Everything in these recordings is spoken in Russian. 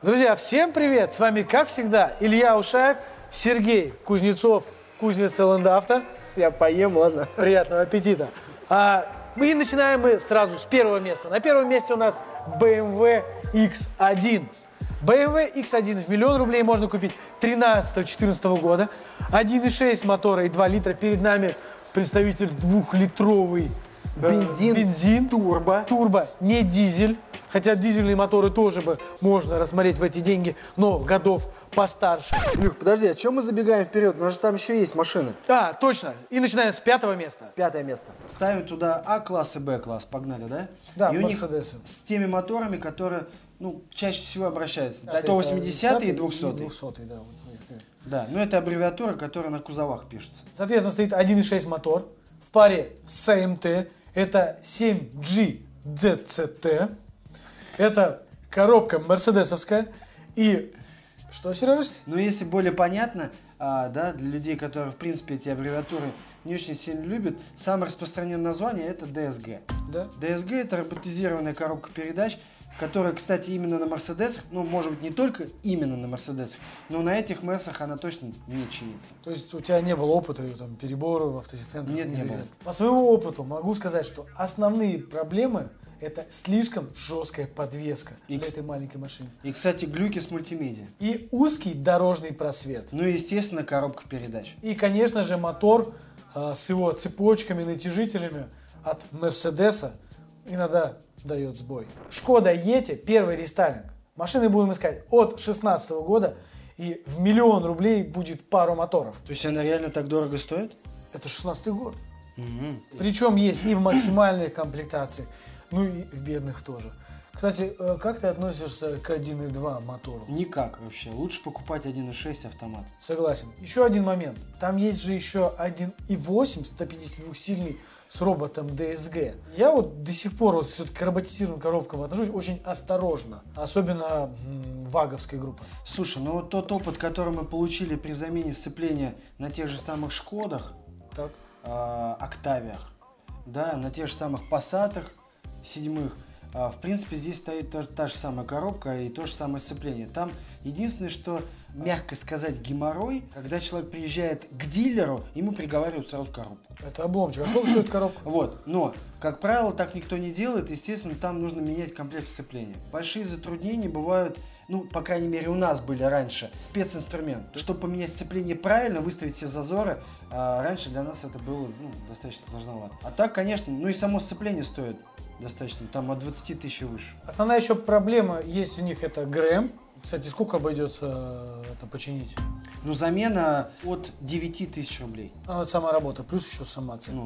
Друзья, всем привет! С вами, как всегда, Илья Ушаев, Сергей Кузнецов, кузнец ЛНД-авто. Я поем, ладно. Приятного аппетита. И начинаем мы сразу с первого места. На первом месте у нас BMW X1. BMW X1 в 1 000 000 рублей можно купить 13-14 года. 1,6 мотора и 2 литра. Перед нами представитель 2-литровый бензин. Турбо, не дизель. Хотя дизельные моторы тоже бы можно рассмотреть в эти деньги, но годов постарше. Люх, подожди, а чем мы забегаем вперед? У нас же там еще есть машины. Точно. И начинаем с 5-го места. 5-е место. Ставим туда А-класс и Б-класс. Погнали, да? Да, и у них Мерседесы. с теми моторами, которые чаще всего обращаются. 180 и 200. 200, да. Да, но это аббревиатура, которая на кузовах пишется. Соответственно, стоит 1,6 мотор в паре с АМТ. Это 7G DCT. Это коробка мерседесовская. И что, Сережа? Но если более понятно, да, для людей, которые, в принципе, эти аббревиатуры не очень сильно любят, самое распространенное название это DSG. Да. DSG это роботизированная коробка передач, которая, кстати, именно на Мерседесах, может быть, не только именно на Мерседесах, но на этих Мерсах она точно не чинится. То есть у тебя не было опыта там, перебора в автоцентрах? Нет, не было. По своему опыту могу сказать, что основные проблемы это слишком жесткая подвеска для этой маленькой машины. И, кстати, глюки с мультимедиа. И узкий дорожный просвет. Ну и, естественно, коробка передач. И, конечно же, мотор с его цепочками, натяжителями от Мерседеса иногда дает сбой. Шкода Yeti, первый рестайлинг. Машины будем искать от 2016 года, и в 1 000 000 рублей будет пару моторов. То есть она реально так дорого стоит? Это 2016 год. Причем есть и в максимальной комплектации, ну и в бедных тоже. Кстати, как ты относишься к 1.2 мотору? Никак вообще. Лучше покупать 1.6 автомат. Согласен. Еще один момент. Там есть же еще 1.8 152-сильный с роботом DSG. Я вот до сих пор к роботизированным коробкам отношусь очень осторожно. Особенно ваговской группы. Слушай, тот опыт, который мы получили при замене сцепления на тех же самых Шкодах, Так. Октавиях, да, на тех же самых Пассатах 7-х, в принципе, здесь стоит та же самая коробка и то же самое сцепление. Там единственное, что, мягко сказать, геморрой, когда человек приезжает к дилеру, ему приговаривают сразу коробку. Это обломчик. А сколько стоит коробка? Вот, но, как правило, так никто не делает, естественно, там нужно менять комплект сцепления. Большие затруднения бывают, по крайней мере, у нас были раньше, специнструмент. Чтобы поменять сцепление правильно, выставить все зазоры, раньше для нас это было, достаточно сложновато. А так, конечно, и само сцепление стоит достаточно, там от 20 тысяч выше. Основная еще проблема есть у них, это ГРМ. Кстати, сколько обойдется это починить? Замена от 9 тысяч рублей. Это сама работа, плюс еще сама цена.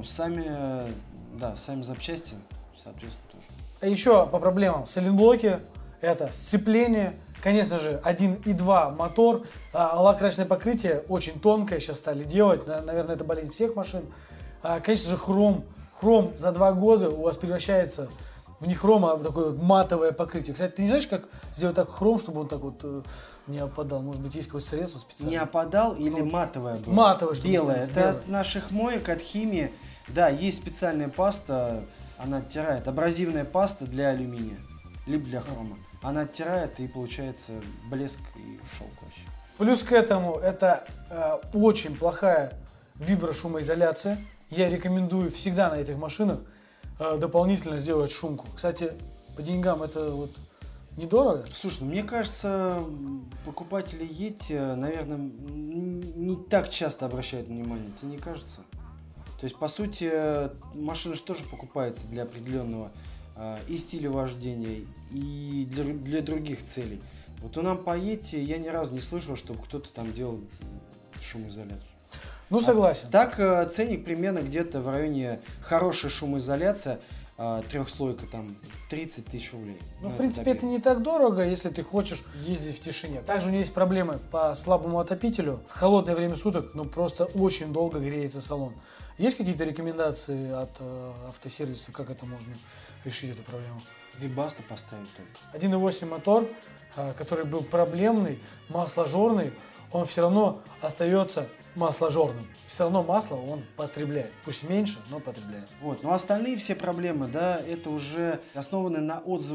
Сами запчасти, соответственно, тоже. А еще по проблемам сайлентблоки, это сцепление, конечно же, 1.2 мотор, лакрасочное покрытие очень тонкое сейчас стали делать, наверное, это болезнь всех машин. Конечно же, хром. Хром за 2 года у вас превращается в не хром, а в такое матовое покрытие. Кстати, ты не знаешь, как сделать так хром, чтобы он так вот не опадал? Может быть, есть какое-то средство специальное? Не опадал или матовое было? Матовое, чтобы белое. сделать. Это от наших моек, от химии. Да, есть специальная паста, она оттирает. Абразивная паста для алюминия, либо для хрома. Она оттирает, и получается блеск и шелк вообще. Плюс к этому это очень плохая виброшумоизоляция. Я рекомендую всегда на этих машинах дополнительно сделать шумку. Кстати, по деньгам это недорого. Слушай, мне кажется, покупатели Yeti, наверное, не так часто обращают внимание. Тебе не кажется? То есть, по сути, машина же тоже покупается для определенного и стиля вождения, и для других целей. Вот у нас по Yeti я ни разу не слышал, чтобы кто-то там делал шумоизоляцию. Согласен. Так, ценник примерно где-то в районе хорошая шумоизоляция, трехслойка, там, 30 тысяч рублей. В принципе, это не так дорого, если ты хочешь ездить в тишине. Также у меня есть проблемы по слабому отопителю. В холодное время суток, просто очень долго греется салон. Есть какие-то рекомендации от автосервиса, как это можно решить, эту проблему? Вибаста поставить только. 1.8 мотор, который был проблемный, масложорный, он все равно остается масложорным. Все равно масло он потребляет. Пусть меньше, но потребляет. Вот. Но остальные все проблемы, да, это уже основаны на отзывах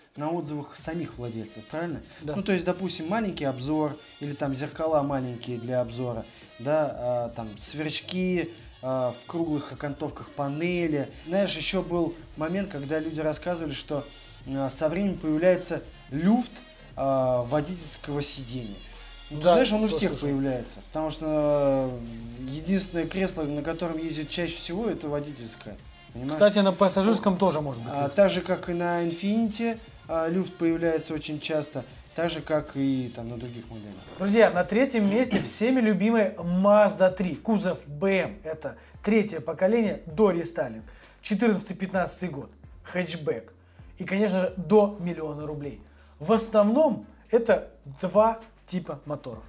на отзывах самих владельцев, правильно? Да. Ну, то есть, допустим, маленький обзор, или там зеркала маленькие для обзора, да, там сверчки в круглых окантовках панели. Знаешь, еще был момент, когда люди рассказывали, что со временем появляется люфт водительского сидения. Ну, Да, знаешь, он у то всех слышал. появляется, потому что единственное кресло, на котором ездят чаще всего, это водительское. Понимаешь? Кстати, на пассажирском тоже может быть. люфт. Так же, как и на Infiniti, люфт появляется очень часто, так же, как и там на других моделях. Друзья, на третьем месте всеми любимый Mazda 3. Кузов BM. Это третье поколение до рестайлинг. 14-15 год. Хэтчбэк. И, конечно же, до 1 000 000 рублей. В основном это два типа моторов.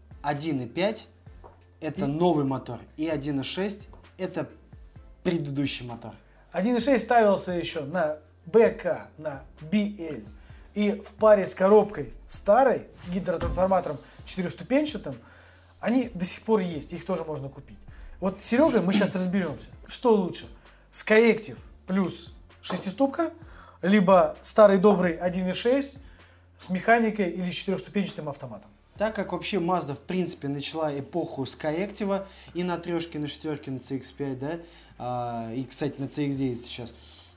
1.5 это новый мотор, и 1.6 это предыдущий мотор. 1.6 ставился еще на БК, на BL. И в паре с коробкой старой, гидротрансформатором 4-ступенчатым, они до сих пор есть, их тоже можно купить. Вот с Серегой мы сейчас разберемся, что лучше. Skyactiv плюс шестиступка, либо старый добрый 1.6 с механикой или с 4-ступенчатым автоматом. Так как вообще Mazda в принципе начала эпоху Skyactiv и на трешке, на шестерке, на CX-5, да, и, кстати, на CX-9 сейчас,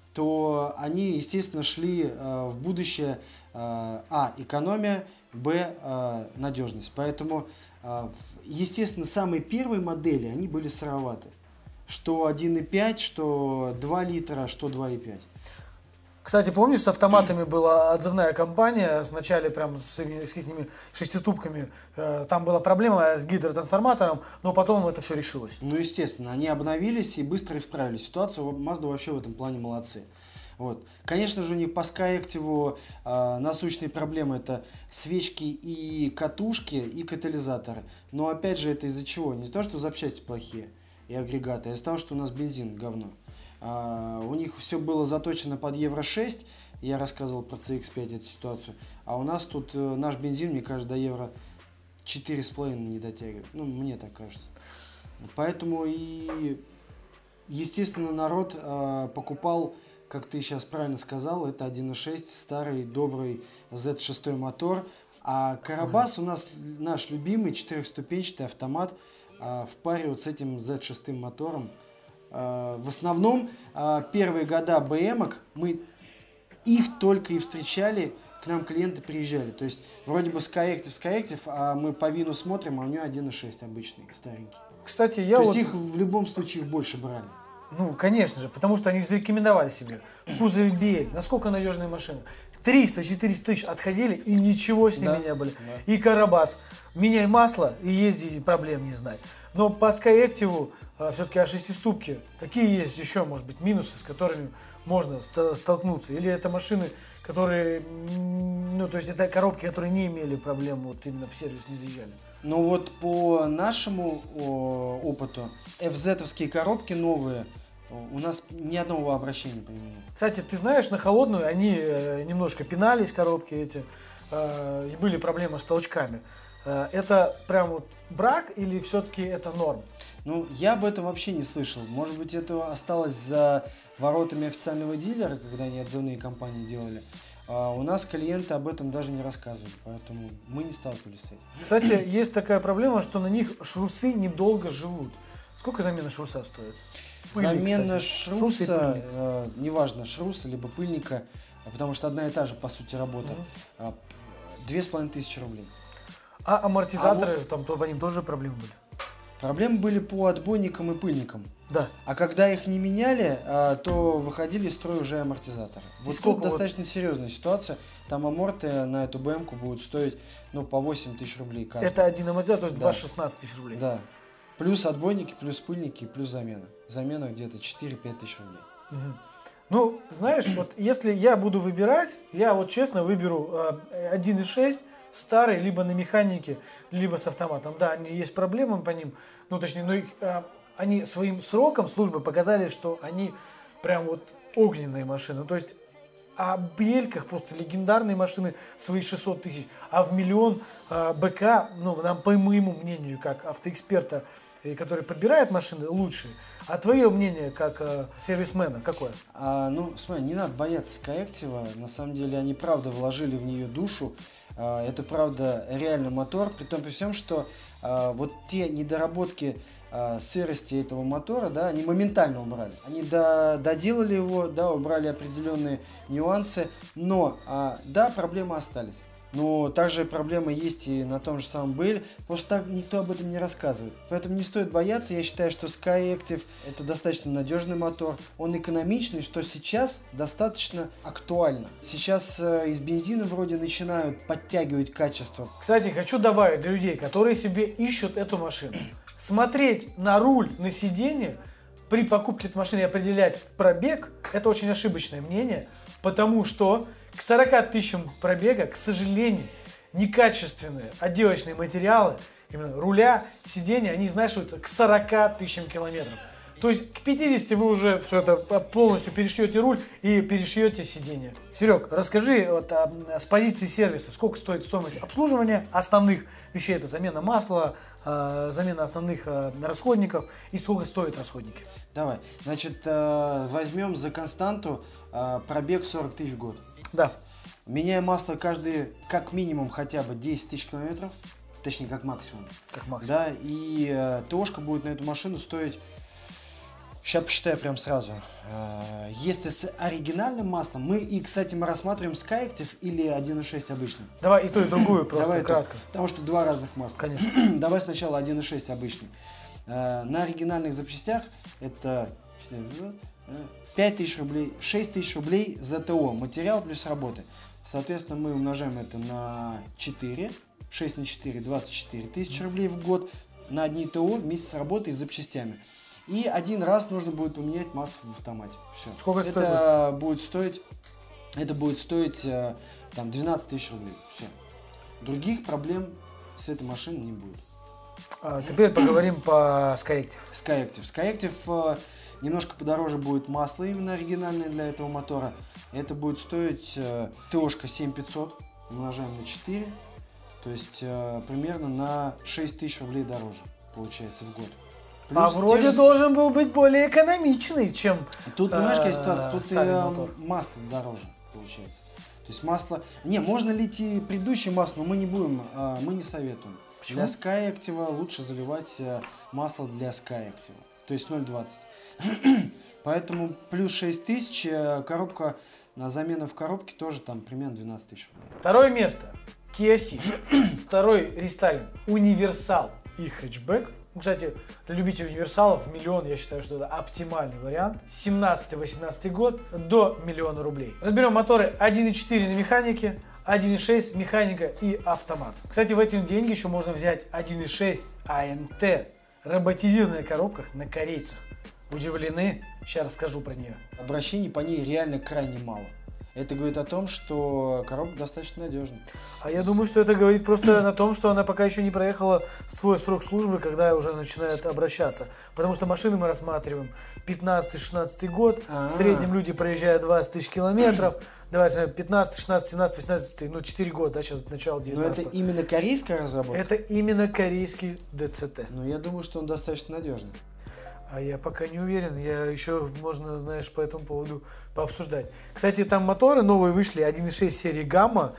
то они, естественно, шли в будущее экономия, надежность. Поэтому, естественно, самые первые модели, они были сыроваты. Что 1.5, что 2 литра, что 2.5. Кстати, помнишь, с автоматами была отзывная кампания, вначале прям с какими шестиступками, там была проблема с гидротрансформатором, но потом это все решилось. Ну, естественно, они обновились и быстро исправили ситуацию. Mazda вообще в этом плане молодцы. Вот. Конечно же, у них по Skyactiv насущные проблемы — это свечки и катушки, и катализаторы. Но опять же, это из-за чего? Не из-за того, что запчасти плохие и агрегаты, а из-за того, что у нас бензин говно. У них все было заточено под Евро-6, я рассказывал про CX-5 эту ситуацию, а у нас тут наш бензин, мне кажется, до Евро 4,5 не дотягивает. Ну, мне так кажется. Поэтому и, естественно, народ покупал, как ты сейчас правильно сказал, это 1.6, старый, добрый Z6 мотор. А Карабас у нас наш любимый 4-ступенчатый автомат в паре вот с этим Z6 мотором. В основном первые года БМок мы их только и встречали, к нам клиенты приезжали. То есть вроде бы Skyactiv, а мы по вину смотрим, а у нее 1.6 обычный, старенький. Кстати, я То вот... есть их в любом случае их больше брали. Ну, конечно же, потому что они зарекомендовали себе. В кузове BL, насколько надежная машина. 300-400 тысяч отходили, и ничего с ними не были. И Карабас. Меняй масло и езди, проблем не знай. Но по Skyactiv все-таки о шестиступке. Какие есть еще, может быть, минусы, с которыми можно столкнуться? Или это машины, которые, ну, то есть это коробки, которые не имели проблем, вот именно в сервис не заезжали? Но вот по нашему опыту, FZ-овские коробки новые, у нас ни одного обращения по нему. Кстати, ты знаешь, на холодную они немножко пинались, коробки эти, и были проблемы с толчками. Это прям вот брак или все-таки это норм? Ну, я об этом вообще не слышал. Может быть, это осталось за воротами официального дилера, когда они отзывные компании делали. А у нас клиенты об этом даже не рассказывали, поэтому мы не сталкивались с этим. Кстати, есть такая проблема, что на них шрусы недолго живут. Сколько замена шруса стоит? Пыльник, Замена кстати. шруса, и пыльник. неважно, шруса либо пыльника, потому что одна и та же, по сути, работа, 2500 рублей. А амортизаторы, там по ним тоже проблемы были? Проблемы были по отбойникам и пыльникам. Да. А когда их не меняли, то выходили из строя уже амортизаторы. Вот сколько тут достаточно серьезная ситуация. Там аморты на эту БМ-ку будут стоить, ну, по 8 тысяч рублей каждый. Это один амортизатор, то есть Да. 2-16 тысяч рублей. Да. Плюс отбойники, плюс пыльники, плюс замена. Замена где-то 4-5 тысяч рублей. Ну, знаешь, вот если я буду выбирать, я вот честно выберу 1.6 старый, либо на механике, либо с автоматом. Да, они есть проблемы по ним, ну, точнее, но их, они своим сроком службы показали, что они прям вот огненные машины. То есть о бельках, просто легендарные машины, свои 600 тысяч, а в миллион БК, ну, нам, по моему мнению, как автоэксперта, который подбирает машины лучшие, а твое мнение как сервисмена какое? Ну, смотри, не надо бояться Skyactiv, на самом деле они правда вложили в нее душу, это правда реально мотор, при том при всем, что вот те недоработки сырости этого мотора, да, они моментально убрали. Они доделали его, да, убрали определенные нюансы, но, да, проблемы остались. Но также проблемы есть и на том же самом BL, просто так никто об этом не рассказывает. Поэтому не стоит бояться, я считаю, что Skyactiv это достаточно надежный мотор, он экономичный, что сейчас достаточно актуально. Сейчас из бензина вроде начинают подтягивать качество. Кстати, хочу добавить для людей, которые себе ищут эту машину. Смотреть на руль, на сиденье при покупке этой машины и определять пробег – это очень ошибочное мнение, потому что к 40 тысячам пробега, к сожалению, некачественные отделочные материалы, именно руля, сиденья, они изнашиваются к 40 тысячам километров. То есть к 50 вы уже все это полностью перешьете руль и перешьете сиденье. Серег, расскажи вот, с позиции сервиса, сколько стоит стоимость обслуживания основных вещей, это замена масла, замена основных расходников и сколько стоят расходники. Давай, значит, возьмем за константу пробег 40 тысяч в год. Да. Меняем масло каждые, как минимум, хотя бы 10 тысяч километров, точнее, как максимум. Как максимум. Да, и ТОшка будет на эту машину стоить, сейчас посчитаю прям сразу, если с оригинальным маслом, кстати, мы рассматриваем Skyactiv или 1.6 обычный. Давай и ту, и другую, просто Давай кратко. Потому что два разных масла. Конечно. Давай сначала 1.6 обычный. На оригинальных запчастях это 5 тысяч рублей, 6 тысяч рублей за ТО, материал плюс работы. Соответственно, мы умножаем это на 4, 6 на 4, 24 тысячи рублей в год на одни ТО вместе с работой и запчастями. И один раз нужно будет поменять масло в автомате. Все. Сколько это будет стоить? Это будет стоить там 12 тысяч рублей. Все. Других проблем с этой машиной не будет. Теперь поговорим по Skyactiv. Skyactiv немножко подороже будет масло именно оригинальное для этого мотора. Это будет стоить ТОшка 7500, умножаем на 4, то есть примерно на 6 тысяч рублей дороже получается в год. Плюс вроде должен был быть более экономичный, чем тут, понимаешь, какая ситуация? Тут старый мотор. Масло дороже получается. То есть масло... Не, можно лить и предыдущее масло, но мы не будем, мы не советуем. Почему? Для Skyactiv лучше заливать масло для Skyactiv, то есть 0,20. Поэтому плюс 6 тысяч, коробка, замена в коробке тоже там примерно 12 тысяч рублей. Второе место. Kia Ceed. Второй рестайлинг. Универсал и хэтчбэк. Кстати, для любителей универсалов миллион, я считаю, что это оптимальный вариант. 17-18 год до миллиона рублей. Разберем моторы 1.4 на механике, 1.6 механика и автомат. Кстати, в эти деньги еще можно взять 1.6 AMT. Роботизированная коробка на корейцах. Удивлены? Сейчас расскажу про нее. Обращений по ней реально крайне мало. Это говорит о том, что коробка достаточно надежная. А я думаю, что это говорит просто на том, что она пока еще не проехала свой срок службы, когда уже начинает обращаться. Потому что машины мы рассматриваем 15-16 год, в среднем люди проезжают 20 тысяч километров, давайте 15, 16, 17, 18, 4 года, да, сейчас начало 19. Но это именно корейская разработка? Это именно корейский ДЦТ. Ну, я думаю, что он достаточно надежный. А я пока не уверен, я еще, можно, знаешь, по этому поводу пообсуждать. Кстати, там моторы новые вышли, 1.6 серии Гамма,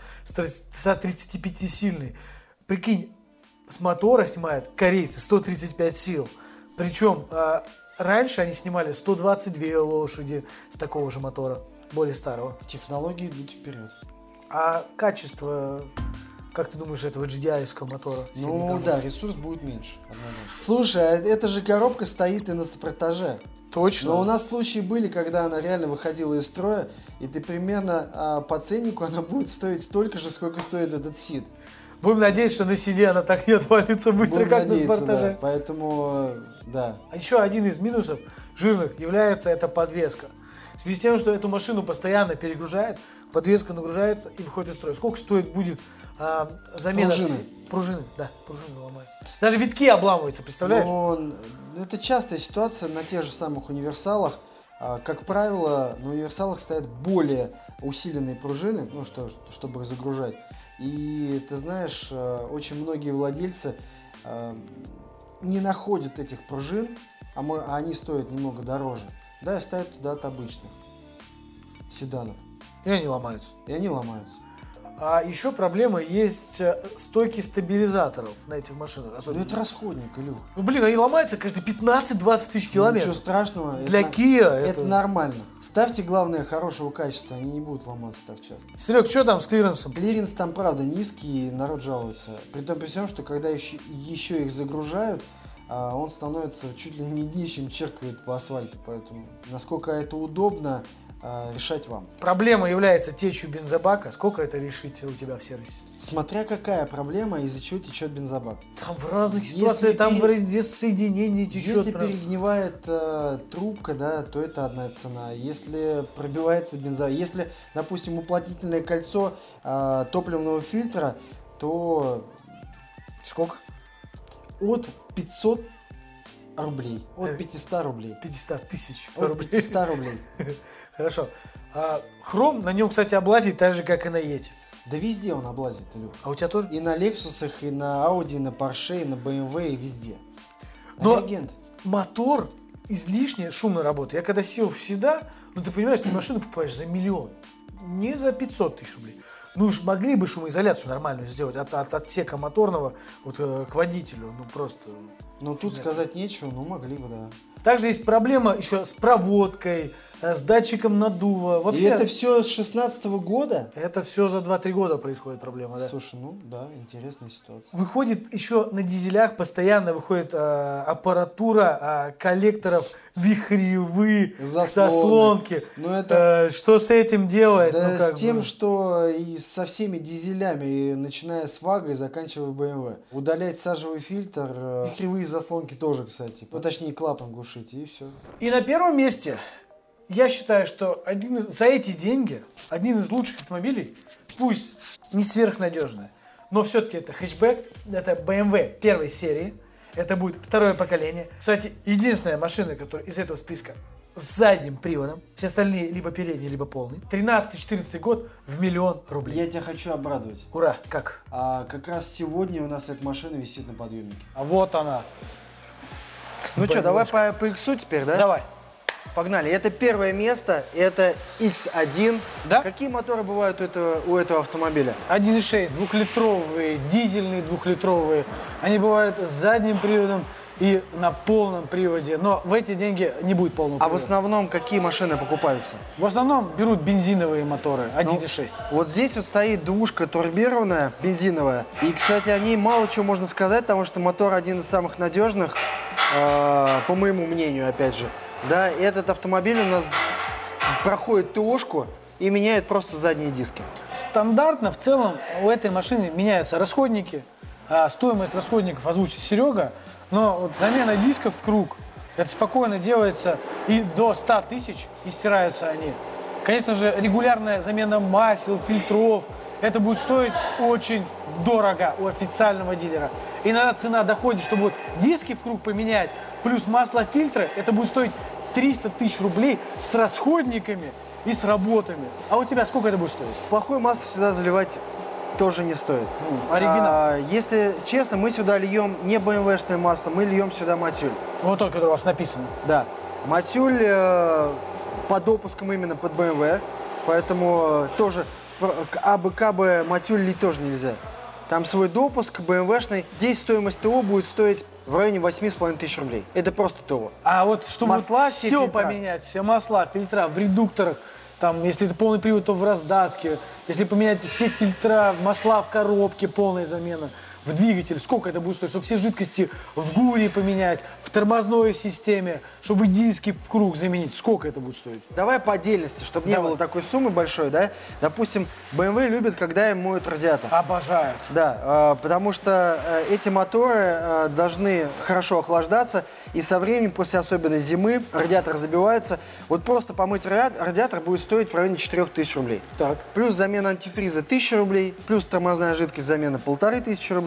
135-сильный. Прикинь, с мотора снимают корейцы 135 сил. Причем раньше они снимали 122 лошади с такого же мотора, более старого. Технологии идут вперед. А качество... Как ты думаешь, этого GDI-ского мотора? Ну да, ресурс будет меньше. Однозначно. Слушай, а эта же коробка стоит и на сопротаже. Точно. Но у нас случаи были, когда она реально выходила из строя, и ты примерно по ценнику она будет стоить столько же, сколько стоит этот Ceed. Будем надеяться, что на Ceed она так не отвалится быстро, Будем как надеяться, на Спартаже. Да. Поэтому, да. А еще один из минусов жирных является это подвеска. В связи с тем, что эту машину постоянно перегружает, подвеска нагружается и выходит из строя. Сколько стоит будет замена пружины? Да, пружины ломаются. Даже витки обламываются, представляешь? Но это частая ситуация на тех же самых универсалах. Как правило, на универсалах стоят более усиленные пружины, ну, чтобы их загружать. И ты знаешь, очень многие владельцы не находят этих пружин, а они стоят немного дороже, да, и ставят туда от обычных седанов. И они ломаются. И они ломаются. А еще проблема есть стойки стабилизаторов на этих машинах. Ну Особенно. это расходник, Илюх. Ну, блин, они ломаются каждые 15-20 тысяч километров. Ничего страшного. Для Kia это нормально. Ставьте, главное, хорошего качества, они не будут ломаться так часто. Серег, что там с клиренсом? Клиренс там, правда, низкий, народ жалуется. При том, при всем, что когда еще их загружают, он становится чуть ли не днищем, черкает по асфальту. Поэтому, насколько это удобно, решать вам. Проблема является течью бензобака. Сколько это решить у тебя в сервисе? Смотря какая проблема, из-за чего течет бензобак. Там в разных ситуациях, там в соединении течет. Если перегнивает трубка, да, то это одна цена. Если пробивается бензобак, если, допустим, уплотнительное кольцо топливного фильтра, то... Сколько? От 500 рублей. От 500 рублей. 500 тысяч От рублей. 500 рублей. Хорошо. Хром на нем, кстати, облазит так же, как и на Yeti. Да везде он облазит, Илюх. А у тебя тоже? И на Лексусах, и на Audi, и на Porsche, и на BMW, и везде. Но Реагент. мотор излишне шумно работает. Я когда сел в седан, ну ты понимаешь, ты машину покупаешь за 1 миллион. Не за 500 тысяч рублей. Ну уж могли бы шумоизоляцию нормальную сделать от отсека моторного вот, к водителю. Ну просто... Ну тут сказать нечего, но могли бы, да. Также есть проблема еще с проводкой, с датчиком наддува. И Вообще, это все с 16-го года? это все за 2-3 года происходит проблема, да. Слушай, ну да, интересная ситуация. Выходит еще на дизелях постоянно выходит аппаратура коллекторов вихревые заслонки. Ну, это... Что с этим делать? Да Ну, как с тем, бы. что и со всеми дизелями, и начиная с ВАГа и заканчивая BMW. Удалять сажевый фильтр, вихревые заслонки тоже, кстати. Ну, точнее, клапан глушить, и все. И на первом месте я считаю, что за эти деньги один из лучших автомобилей, пусть не сверхнадежный, но все-таки это хэтчбэк, это BMW первой серии, это будет второе поколение. Кстати, единственная машина, которая из этого списка с задним приводом, все остальные либо передний, либо полный. 13-14 год в 1 000 000 рублей. Я тебя хочу обрадовать. Ура, как? Как раз сегодня у нас эта машина висит на подъемнике. А вот она. Ну что, давай по иксу теперь, да? Давай. Погнали. Это первое место, это X1. Да? Какие моторы бывают у этого автомобиля? 1.6, двухлитровые, дизельные двухлитровые. Они бывают с задним приводом и на полном приводе. Но в эти деньги не будет полного А в привода. основном какие машины покупаются? В основном берут бензиновые моторы 1.6. Вот здесь вот стоит двушка турбированная, бензиновая. И, кстати, о ней мало чего можно сказать, потому что мотор один из самых надежных, по моему мнению, опять же. Да, этот автомобиль у нас проходит ТОшку и меняет просто задние диски. Стандартно в целом у этой машины меняются расходники. Стоимость расходников озвучит Серега. Но вот замена дисков в круг, это спокойно делается и до 100 тысяч, и стираются они. Конечно же, регулярная замена масел, фильтров, это будет стоить очень дорого у официального дилера. Иногда цена доходит, чтобы вот диски в круг поменять, плюс масло, фильтры, это будет стоить 300 тысяч рублей с расходниками и с работами. А у тебя сколько это будет стоить? Плохое масло сюда заливать тоже не стоит. Оригинал. Если честно, мы сюда льем не BMW-шное масло, мы льем сюда матюль. Вот только у вас написано. Да. Матюль по допускам именно под BMW, поэтому тоже АБ матюль лить тоже нельзя. Там свой допуск BMW-шный. Здесь стоимость ТО будет стоить в районе 8,5 тысяч рублей. Это просто ТО. А вот чтобы Масла, все все фильтра. поменять, все масла, фильтра в редукторах, там, если это полный привод, то в раздатке, если поменять все фильтра, масла в коробке, полная замена, в двигатель, сколько это будет стоить, чтобы все жидкости в ГУРе поменять, в тормозной системе, чтобы диски в круг заменить, сколько это будет стоить? Давай по отдельности, чтобы не Давай. было такой суммы большой, да? Допустим, BMW любит, когда им моют радиатор. Обожают. Да, потому что эти моторы должны хорошо охлаждаться, и со временем, после особенно зимы, радиатор забивается. Вот просто помыть радиатор будет стоить в районе 4000 рублей. Так. Плюс замена антифриза 1000 рублей, плюс тормозная жидкость замена 1500 рублей.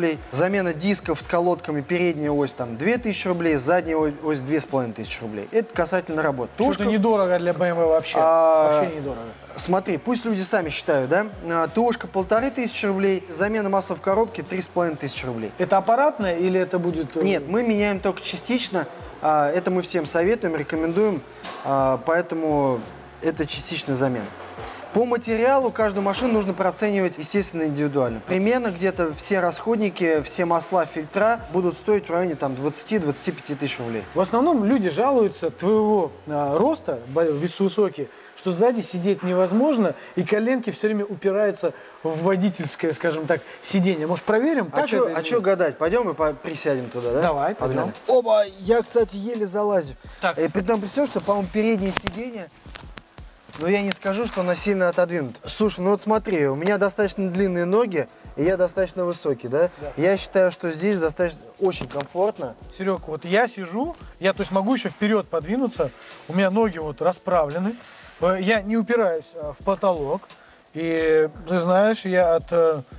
рублей. Замена дисков с колодками, передняя ось там 2000 рублей, задняя ось 2500 рублей. Это касательно работ. Что-то недорого для BMW вообще. Вообще недорого. Смотри, пусть люди сами считают, да? ТОшка 1500 рублей, замена масла в коробке 3500 рублей. Это аппаратная или это будет... Нет, мы меняем только частично. Это мы всем советуем, рекомендуем, поэтому это частичная замена. По материалу каждую машину нужно проценивать, естественно, индивидуально. Примерно где-то все расходники, все масла, фильтра будут стоить в районе 20-25 тысяч рублей. В основном люди жалуются твоего роста, высокий, что сзади сидеть невозможно, и коленки все время упираются в водительское, скажем так, сиденье. Может, проверим? А что гадать? Пойдем и присядем туда, да? Давай, пойдем. Оба! Я, кстати, еле залазю. Так. При том, при всем, что, по-моему, переднее сиденье, но я не скажу, что оно сильно отодвинуто. Слушай, ну вот смотри, у меня достаточно длинные ноги, и я достаточно высокий, да? Я считаю, что здесь достаточно очень комфортно. Серег, вот я сижу, то есть могу еще вперед подвинуться, у меня ноги вот расправлены, я не упираюсь в потолок, и ты знаешь, я от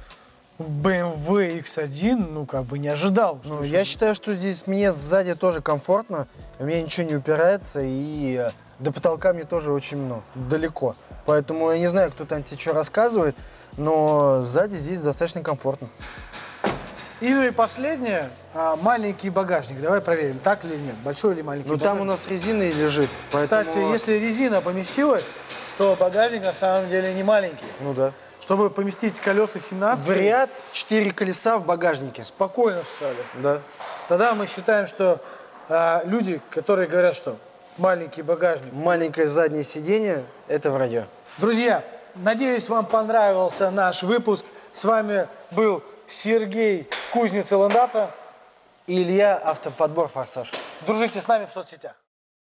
BMW X1, не ожидал. Ну, я считаю, что здесь мне сзади тоже комфортно, у меня ничего не упирается, и до потолка мне тоже очень много, далеко. Поэтому я не знаю, кто там тебе что рассказывает, но сзади здесь достаточно комфортно. И последнее, маленький багажник. Давай проверим, так или нет, большой или маленький багажник. Там у нас резина лежит, поэтому... Кстати, если резина поместилась, то багажник на самом деле не маленький. Ну да. Чтобы поместить колеса 17... В ряд 4 колеса в багажнике. Спокойно встали. Да. Тогда мы считаем, что люди, которые говорят, что маленький багажник... Маленькое заднее сиденье – это вранье. Друзья, надеюсь, вам понравился наш выпуск. С вами был Сергей, Кузница Ландавто. И Илья, Автоподбор Форсаж. Дружите с нами в соцсетях.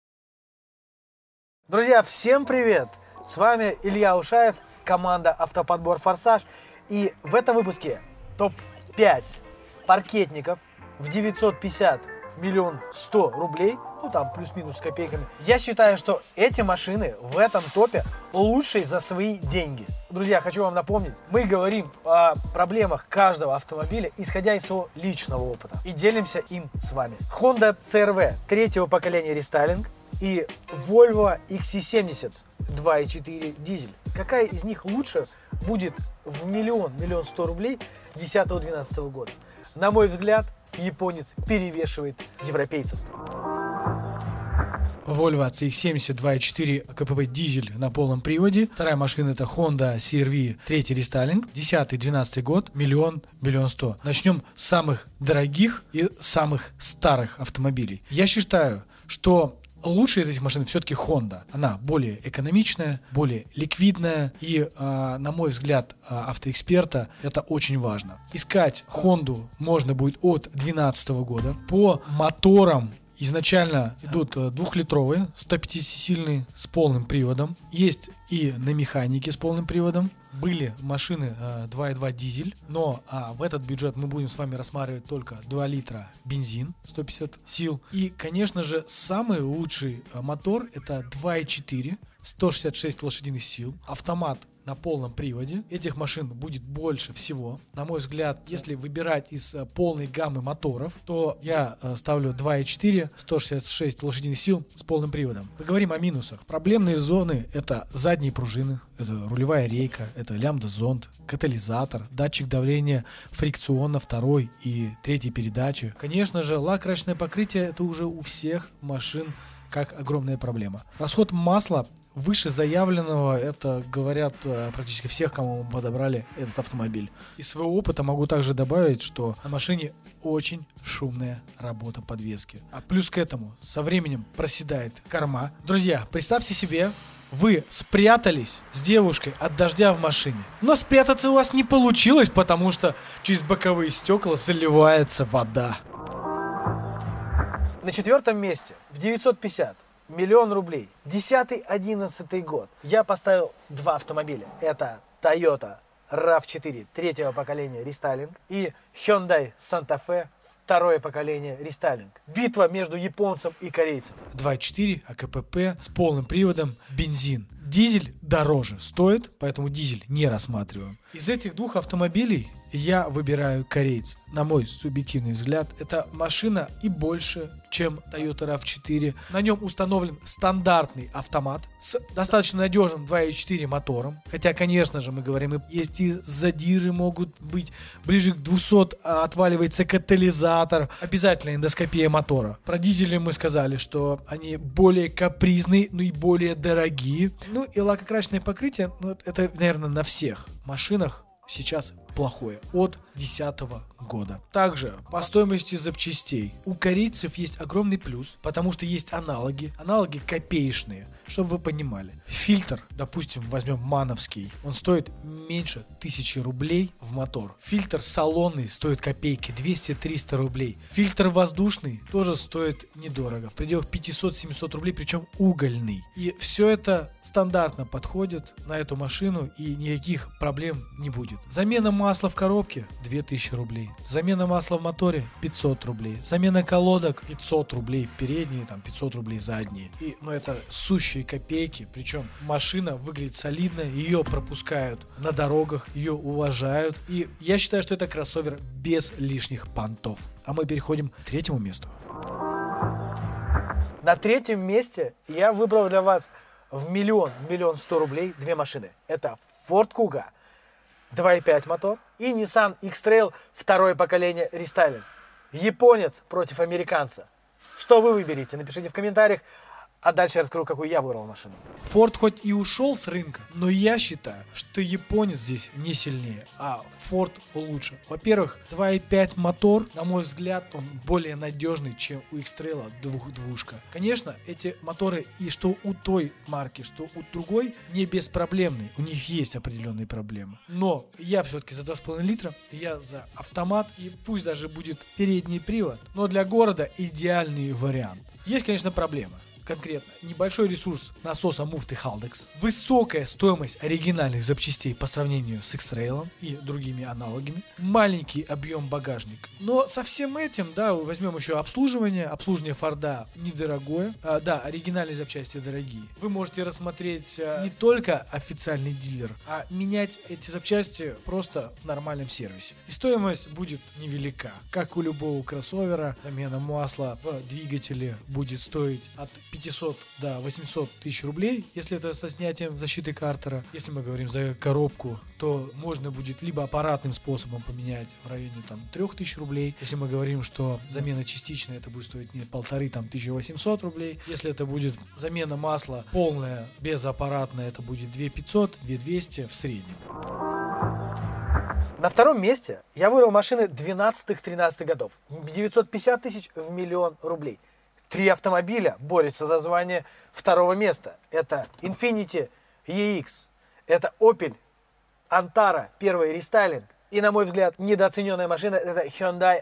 Друзья, всем привет! С вами Илья Ушаев, команда Автоподбор Форсаж. И в этом выпуске топ-5 паркетников в 950 1 100 000 рублей, там плюс-минус с копейками. Я считаю, что эти машины в этом топе лучшие за свои деньги. Друзья, хочу вам напомнить, мы говорим о проблемах каждого автомобиля, исходя из своего личного опыта, и делимся им с вами. Honda CR-V третьего поколения рестайлинг и Volvo XC70 2.4 дизель. Какая из них лучше будет в 1 100 000 рублей 10-12 года? На мой взгляд, японец перевешивает европейцев. Volvo CX70 2.4 КПП дизель на полном приводе. Вторая машина — это Honda CR-V третий рестайлинг. 10-12 год, 1 100 000. Начнем с самых дорогих и самых старых автомобилей. Я считаю, что лучшая из этих машин все-таки Honda. Она более экономичная, более ликвидная и, на мой взгляд, автоэксперта, это очень важно. Искать Honda можно будет от 2012 года. По моторам изначально идут 2-литровые, 150-сильные с полным приводом. Есть и на механике с полным приводом. Были машины 2.2 дизель, но в этот бюджет мы будем с вами рассматривать только 2 литра бензин, 150 сил. И, конечно же, самый лучший мотор — это 2.4, 166 лошадиных сил, автомат на полном приводе. Этих машин будет больше всего. На мой взгляд, если выбирать из полной гаммы моторов, то я ставлю 2.4, 166 лошадиных сил с полным приводом. Поговорим о минусах. Проблемные зоны — это задние пружины, это рулевая рейка, это лямбда-зонд, катализатор, датчик давления фрикциона второй и третьей передачи. Конечно же, лак-красочное покрытие — это уже у всех машин как огромная проблема. Расход масла выше заявленного, это говорят практически всех, кому мы подобрали этот автомобиль. Из своего опыта могу также добавить, что на машине очень шумная работа подвески. А плюс к этому со временем проседает корма. Друзья, представьте себе, вы спрятались с девушкой от дождя в машине, но спрятаться у вас не получилось, потому что через боковые стекла заливается вода. На четвертом месте в 950 1 000 000 рублей 10-11 год я поставил два автомобиля. Это Toyota RAV4 третьего поколения рестайлинг и Hyundai Santa Fe второе поколение рестайлинг. Битва между японцем и корейцем. 2.4 АКПП с полным приводом, бензин. Дизель дороже стоит, поэтому дизель не рассматриваем. Из этих двух автомобилей я выбираю корейца. На мой субъективный взгляд, это машина и больше, чем Toyota RAV4. На нем установлен стандартный автомат с достаточно надежным 2.4 мотором. Хотя, конечно же, мы говорим, есть и задиры могут быть. Ближе к 200 отваливается катализатор. Обязательно эндоскопия мотора. Про дизели мы сказали, что они более капризные, но и более дорогие. Ну и лакокрасочное покрытие, ну, это, наверное, на всех машинах сейчас плохое от 2010 года. Также по стоимости запчастей у корейцев есть огромный плюс, потому что есть аналоги копеечные, чтобы вы понимали. Фильтр, допустим, возьмем мановский, он стоит меньше 1000 рублей в мотор. Фильтр салонный стоит копейки, 200-300 рублей. Фильтр воздушный тоже стоит недорого, в пределах 500-700 рублей, причем угольный. И все это стандартно подходит на эту машину, и никаких проблем не будет. Замена масла в коробке 2000 рублей. Замена масла в моторе 500 рублей. Замена колодок 500 рублей передние, там 500 рублей задние. И, это сущие копейки. Причем машина выглядит солидно, ее пропускают на дорогах, ее уважают. И я считаю, что это кроссовер без лишних понтов. А мы переходим к третьему месту. На третьем месте я выбрал для вас в 1 100 000 рублей две машины. Это Ford Kuga 2.5 мотор и Nissan X-Trail второе поколение рестайлинг. Японец против американца. Что вы выберете? Напишите в комментариях. А дальше я расскажу, какую я выбрал машину. Ford хоть и ушел с рынка, но я считаю, что японец здесь не сильнее, а Ford лучше. Во-первых, 2.5 мотор, на мой взгляд, он более надежный, чем у X-Trail двушка. Конечно, эти моторы и что у той марки, что у другой не беспроблемные. У них есть определенные проблемы. Но я все-таки за 2,5 литра, я за автомат, и пусть даже будет передний привод, но для города идеальный вариант. Есть, конечно, проблемы. Конкретно, небольшой ресурс насоса муфты Haldex, высокая стоимость оригинальных запчастей по сравнению с X-Trail и другими аналогами, маленький объем багажника. Но со всем этим, возьмем еще обслуживание Форда недорогое, оригинальные запчасти дорогие. Вы можете рассмотреть не только официальный дилер, а менять эти запчасти просто в нормальном сервисе. И стоимость будет невелика. Как у любого кроссовера, замена масла в двигателе будет стоить от 500 до 800 тысяч рублей, если это со снятием защиты картера. Если мы говорим за коробку, то можно будет либо аппаратным способом поменять в районе 3000 рублей. Если мы говорим, что замена частичная, это будет стоить не 1500 рублей. Если это будет замена масла полная, безаппаратная, это будет 2500, 2200 в среднем. На втором месте я выбрал машины 12-13 годов. 950 тысяч в 1 000 000 рублей. 3 автомобиля борются за звание второго места. Это Infiniti EX, это Opel Antara, первый рестайлинг. И, на мой взгляд, недооцененная машина – это Hyundai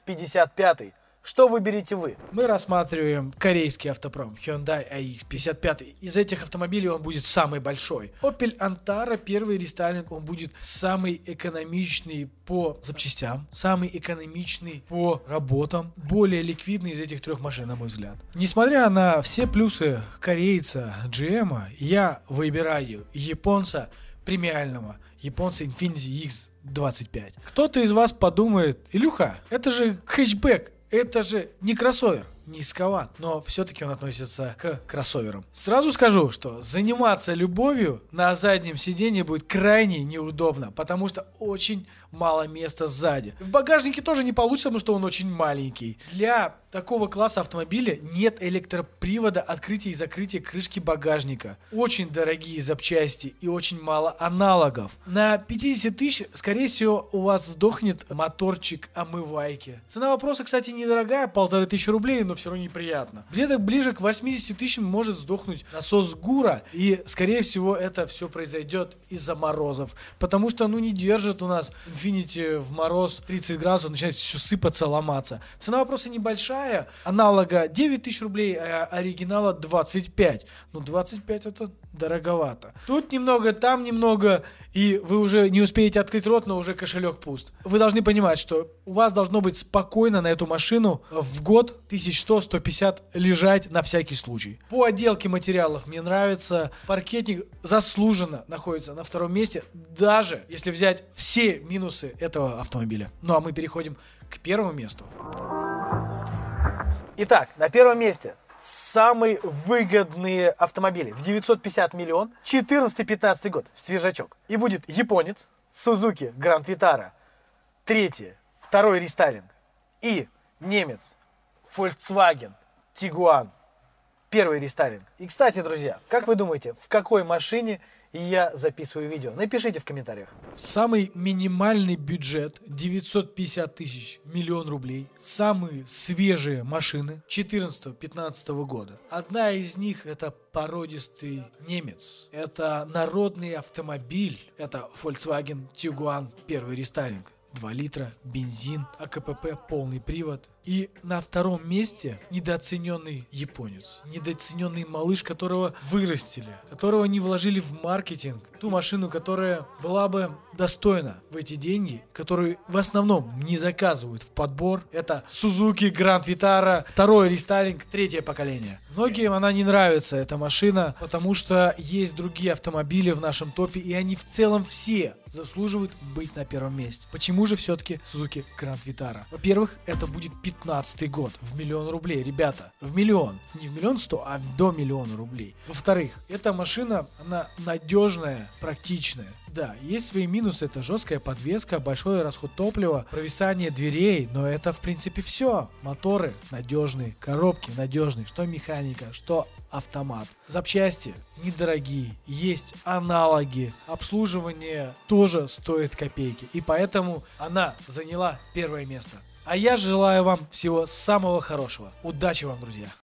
AX55. Что выберете вы? Мы рассматриваем корейский автопром Hyundai AX55. Из этих автомобилей он будет самый большой. Opel Antara, первый рестайлинг, он будет самый экономичный по запчастям, самый экономичный по работам, более ликвидный из этих трех машин, на мой взгляд. Несмотря на все плюсы корейца GM, я выбираю японца премиального, японца Infiniti X25. Кто-то из вас подумает: Илюха, это же хэтчбэк. Это же не кроссовер, низковат, но все-таки он относится к кроссоверам. Сразу скажу, что заниматься любовью на заднем сиденье будет крайне неудобно, потому что очень мало места сзади. В багажнике тоже не получится, потому что он очень маленький. Для такого класса автомобиля нет электропривода открытия и закрытия крышки багажника. Очень дорогие запчасти и очень мало аналогов. На 50 тысяч, скорее всего, у вас сдохнет моторчик омывайки. Цена вопроса, кстати, недорогая, 1500 рублей, но все равно неприятно. Где-то ближе к 80 тысячам может сдохнуть насос ГУРа, и, скорее всего, это все произойдет из-за морозов. Потому что, не держит у нас Infiniti в мороз 30 градусов, начинает все сыпаться, ломаться. Цена вопроса небольшая, аналога 9 тысяч рублей, а оригинала 25. 25 это дороговато. Тут немного, там немного, и вы уже не успеете открыть рот, но уже кошелек пуст. Вы должны понимать, что у вас должно быть спокойно на эту машину в год 1100-150 лежать на всякий случай. По отделке материалов мне нравится. Паркетник заслуженно находится на втором месте, даже если взять все минусы минусы этого автомобиля. Ну а мы переходим к первому месту. Итак, на первом месте самые выгодные автомобили в 950 миллион, 14-15 год, свежачок. И будет японец, Suzuki Grand Vitara, второй рестайлинг, и немец, Volkswagen Tiguan, первый рестайлинг. И, кстати, друзья, как вы думаете, в какой машине я записываю видео? Напишите в комментариях. Самый минимальный бюджет 950 тысяч, миллион рублей. Самые свежие машины 14-15 года. Одна из них это породистый немец. Это народный автомобиль. Это Volkswagen Tiguan, первый рестайлинг. 2 литра, бензин, АКПП, полный привод. И на втором месте недооцененный японец. Недооцененный малыш, которого вырастили, которого не вложили в маркетинг. Ту машину, которая была бы достойна в эти деньги, которую в основном не заказывают в подбор. Это Suzuki Grand Vitara, второй рестайлинг, 3-е поколение. Многим она не нравится, эта машина, потому что есть другие автомобили в нашем топе, и они в целом все заслуживают быть на первом месте. Почему же все-таки Suzuki Grand Vitara? Во-первых, это будет 15-й год в миллион рублей, ребята, в миллион, не в 1 100 000, а до миллиона рублей. Во-вторых, эта машина, она надежная, практичная. Да, есть свои минусы, это жесткая подвеска, большой расход топлива, провисание дверей, но это в принципе все. Моторы надежные, коробки надежные, что механика, что автомат. Запчасти недорогие, есть аналоги, обслуживание тоже стоит копейки, и поэтому она заняла первое место. А я желаю вам всего самого хорошего. Удачи вам, друзья!